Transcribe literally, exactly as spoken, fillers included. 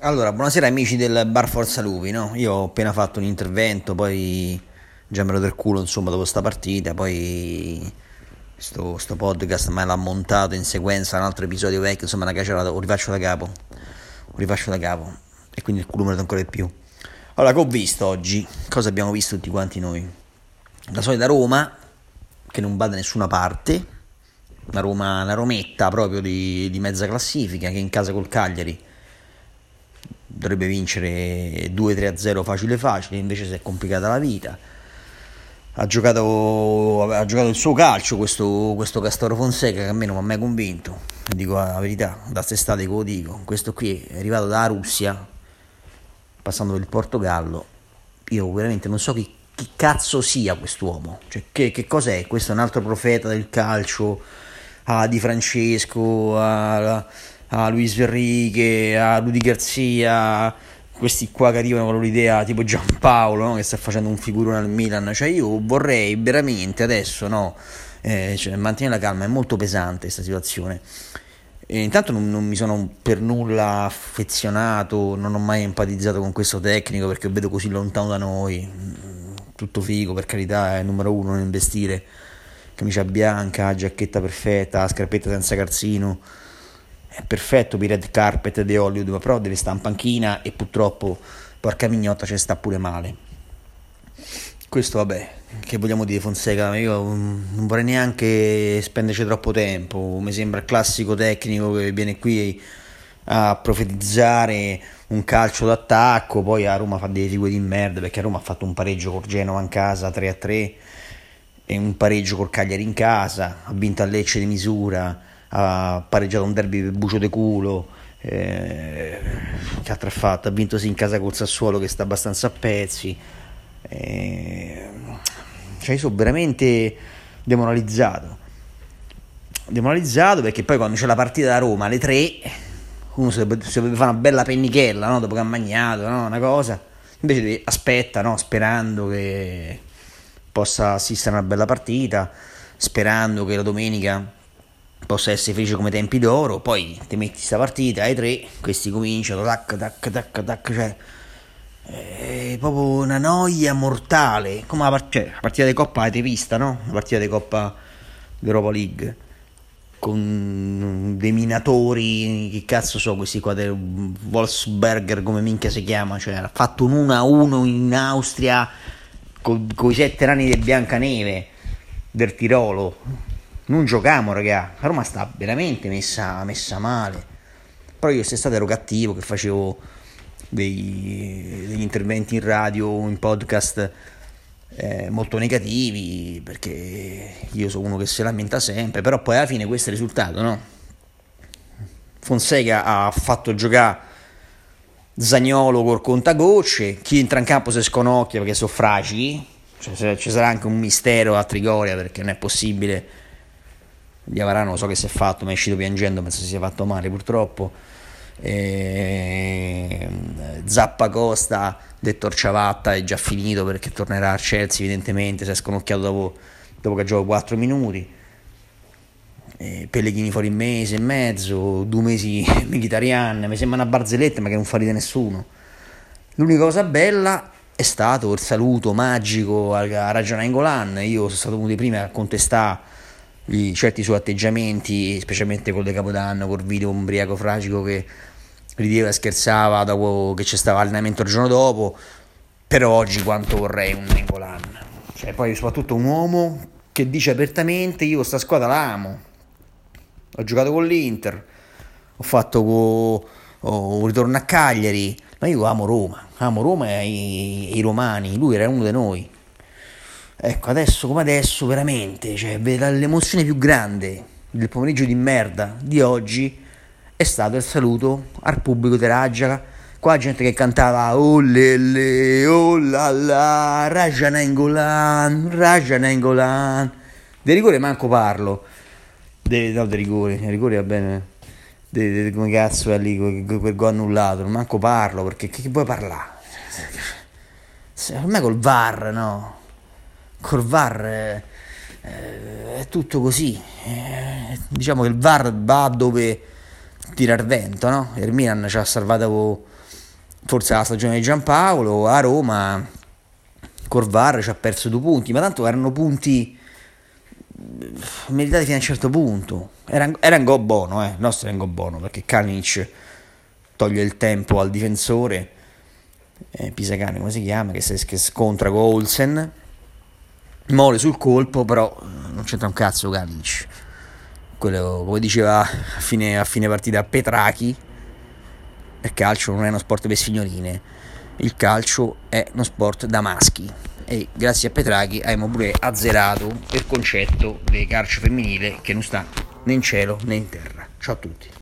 Allora, buonasera amici del Bar Forza Lupi, no? Io ho appena fatto un intervento, poi già me lo del culo, insomma, dopo sta partita, poi sto, sto podcast me l'ha montato in sequenza un altro episodio vecchio, insomma, una cacerata, lo rifaccio da capo, lo rifaccio da capo, e quindi il culo me lo ancora di più. Allora, che ho visto oggi? Cosa abbiamo visto tutti quanti noi? La solita Roma, che non va da nessuna parte, una Roma, una Rometta proprio di, di mezza classifica, che in casa col Cagliari dovrebbe vincere due tre a zero facile facile, invece si è complicata la vita. Ha giocato, ha giocato il suo calcio questo, questo Castoro Fonseca, che a me non mi ha mai convinto, dico la verità, da quest'estate che lo dico. Questo qui è arrivato dalla Russia, passando per il Portogallo. Io veramente non so chi, chi cazzo sia quest'uomo, cioè che, che cos'è. Questo è un altro profeta del calcio, a Di Francesco, a, a Luis Enrique, a Rudy Garcia, questi qua che arrivano con l'idea tipo Giampaolo, no? Che sta facendo un figurone al Milan. Cioè io vorrei veramente adesso, no, eh, cioè, mantenere la calma. È molto pesante questa situazione. E intanto non, non mi sono per nulla affezionato, non ho mai empatizzato con questo tecnico, perché lo vedo così lontano da noi. Tutto figo, per carità, è il numero uno nell'investire, camicia bianca, giacchetta perfetta, scarpetta senza calzino, è perfetto per i red carpet di Hollywood, ma però deve stare in panchina e purtroppo, porca mignotta, ci sta pure male. Questo vabbè, che vogliamo dire Fonseca, io non vorrei neanche spenderci troppo tempo, mi sembra il classico tecnico che viene qui a profetizzare un calcio d'attacco, poi a Roma fa delle figure di merda, perché a Roma ha fatto un pareggio con Genova in casa tre a tre e un pareggio col Cagliari in casa, ha vinto a Lecce di misura, ha pareggiato un derby per bucio de culo, eh, che altro ha fatto? Ha vinto sì in casa col Sassuolo, che sta abbastanza a pezzi. Eh, cioè io sono veramente demoralizzato demoralizzato perché poi quando c'è la partita da Roma alle tre uno si deve, si deve fare una bella pennichella, no? Dopo che ha mangiato, no? Una cosa, invece devi, aspetta, no? Sperando che possa assistere a una bella partita, sperando che la domenica possa essere felice come tempi d'oro. Poi ti metti sta partita ai tre, questi cominciano tac tac tac tac, cioè è proprio una noia mortale, come la, part- cioè, la partita di Coppa avete vista, no? La partita di Coppa d'Europa League con dei minatori, che cazzo so questi qua del Wolfsberger, come minchia si chiama, cioè ha fatto un uno a uno in Austria con i sette rani di Biancaneve del Tirolo. Non giochiamo, raga, la Roma sta veramente messa, messa male. Però io quest'estate ero cattivo, che facevo dei, degli interventi in radio, in podcast eh, molto negativi, perché io sono uno che si lamenta sempre, però poi alla fine questo è il risultato, no? Fonseca ha fatto giocare Zaniolo col contagocce, chi entra in campo si sconocchia perché sono fragili, cioè, ci sarà anche un mistero a Trigoria, perché non è possibile. Diavarà non so che si è fatto, ma è uscito piangendo, penso si sia fatto male purtroppo. E Zappa Costa, detto Orciavatta, è già finito perché tornerà al Chelsea, evidentemente si è sconocchiato dopo, dopo che ha giocato quattro minuti. E Pellegrini fuori un mese e mezzo, due mesi Mkhitaryan, mi sembra una barzelletta ma che non fa ridere nessuno. L'unica cosa bella è stato il saluto magico a Raja Nainggolan. Io sono stato uno dei primi a contestare certi suoi atteggiamenti, specialmente con le Capodanno, col video umbriaco fragico che rideva e scherzava dopo che c'è stato allenamento il giorno dopo. Però oggi quanto vorrei un Nainggolan, cioè poi soprattutto un uomo che dice apertamente: io sta squadra la amo, ho giocato con l'Inter, ho fatto co, ho, un ritorno a Cagliari, ma io amo Roma, amo Roma e i, e i romani, lui era uno di noi. Ecco, adesso come adesso veramente, cioè, l'emozione più grande del pomeriggio di merda di oggi è stato il saluto al pubblico di Raja. Qua gente che cantava oh lele, oh la la, Raja Nainggolan, Raja Nainggolan. De rigore manco parlo, de, no de rigore, de rigore va bene, de, de, come cazzo è lì, quel, quel gol annullato, non manco parlo, perché che, che vuoi parlare? Ormai col V A R, no? Col V A R eh, eh, è tutto così, eh, diciamo che il V A R va dove tira il vento, no? Il Milan ci ha salvato forse la stagione di Giampaolo, a Roma Corvar ci ha perso due punti, ma tanto erano punti meritati fino a un certo punto. Era, era un go buono, eh. Il nostro era un go buono, perché Kalinic toglie il tempo al difensore, eh, Pisacane come si chiama, che, si, che scontra con Olsen, mole sul colpo, però non c'entra un cazzo Kalinic. Quello, come diceva a fine, a fine partita a Petrachi, il calcio non è uno sport per signorine, il calcio è uno sport da maschi, e grazie a Petrachi abbiamo pure azzerato il concetto del calcio femminile che non sta né in cielo né in terra. Ciao a tutti.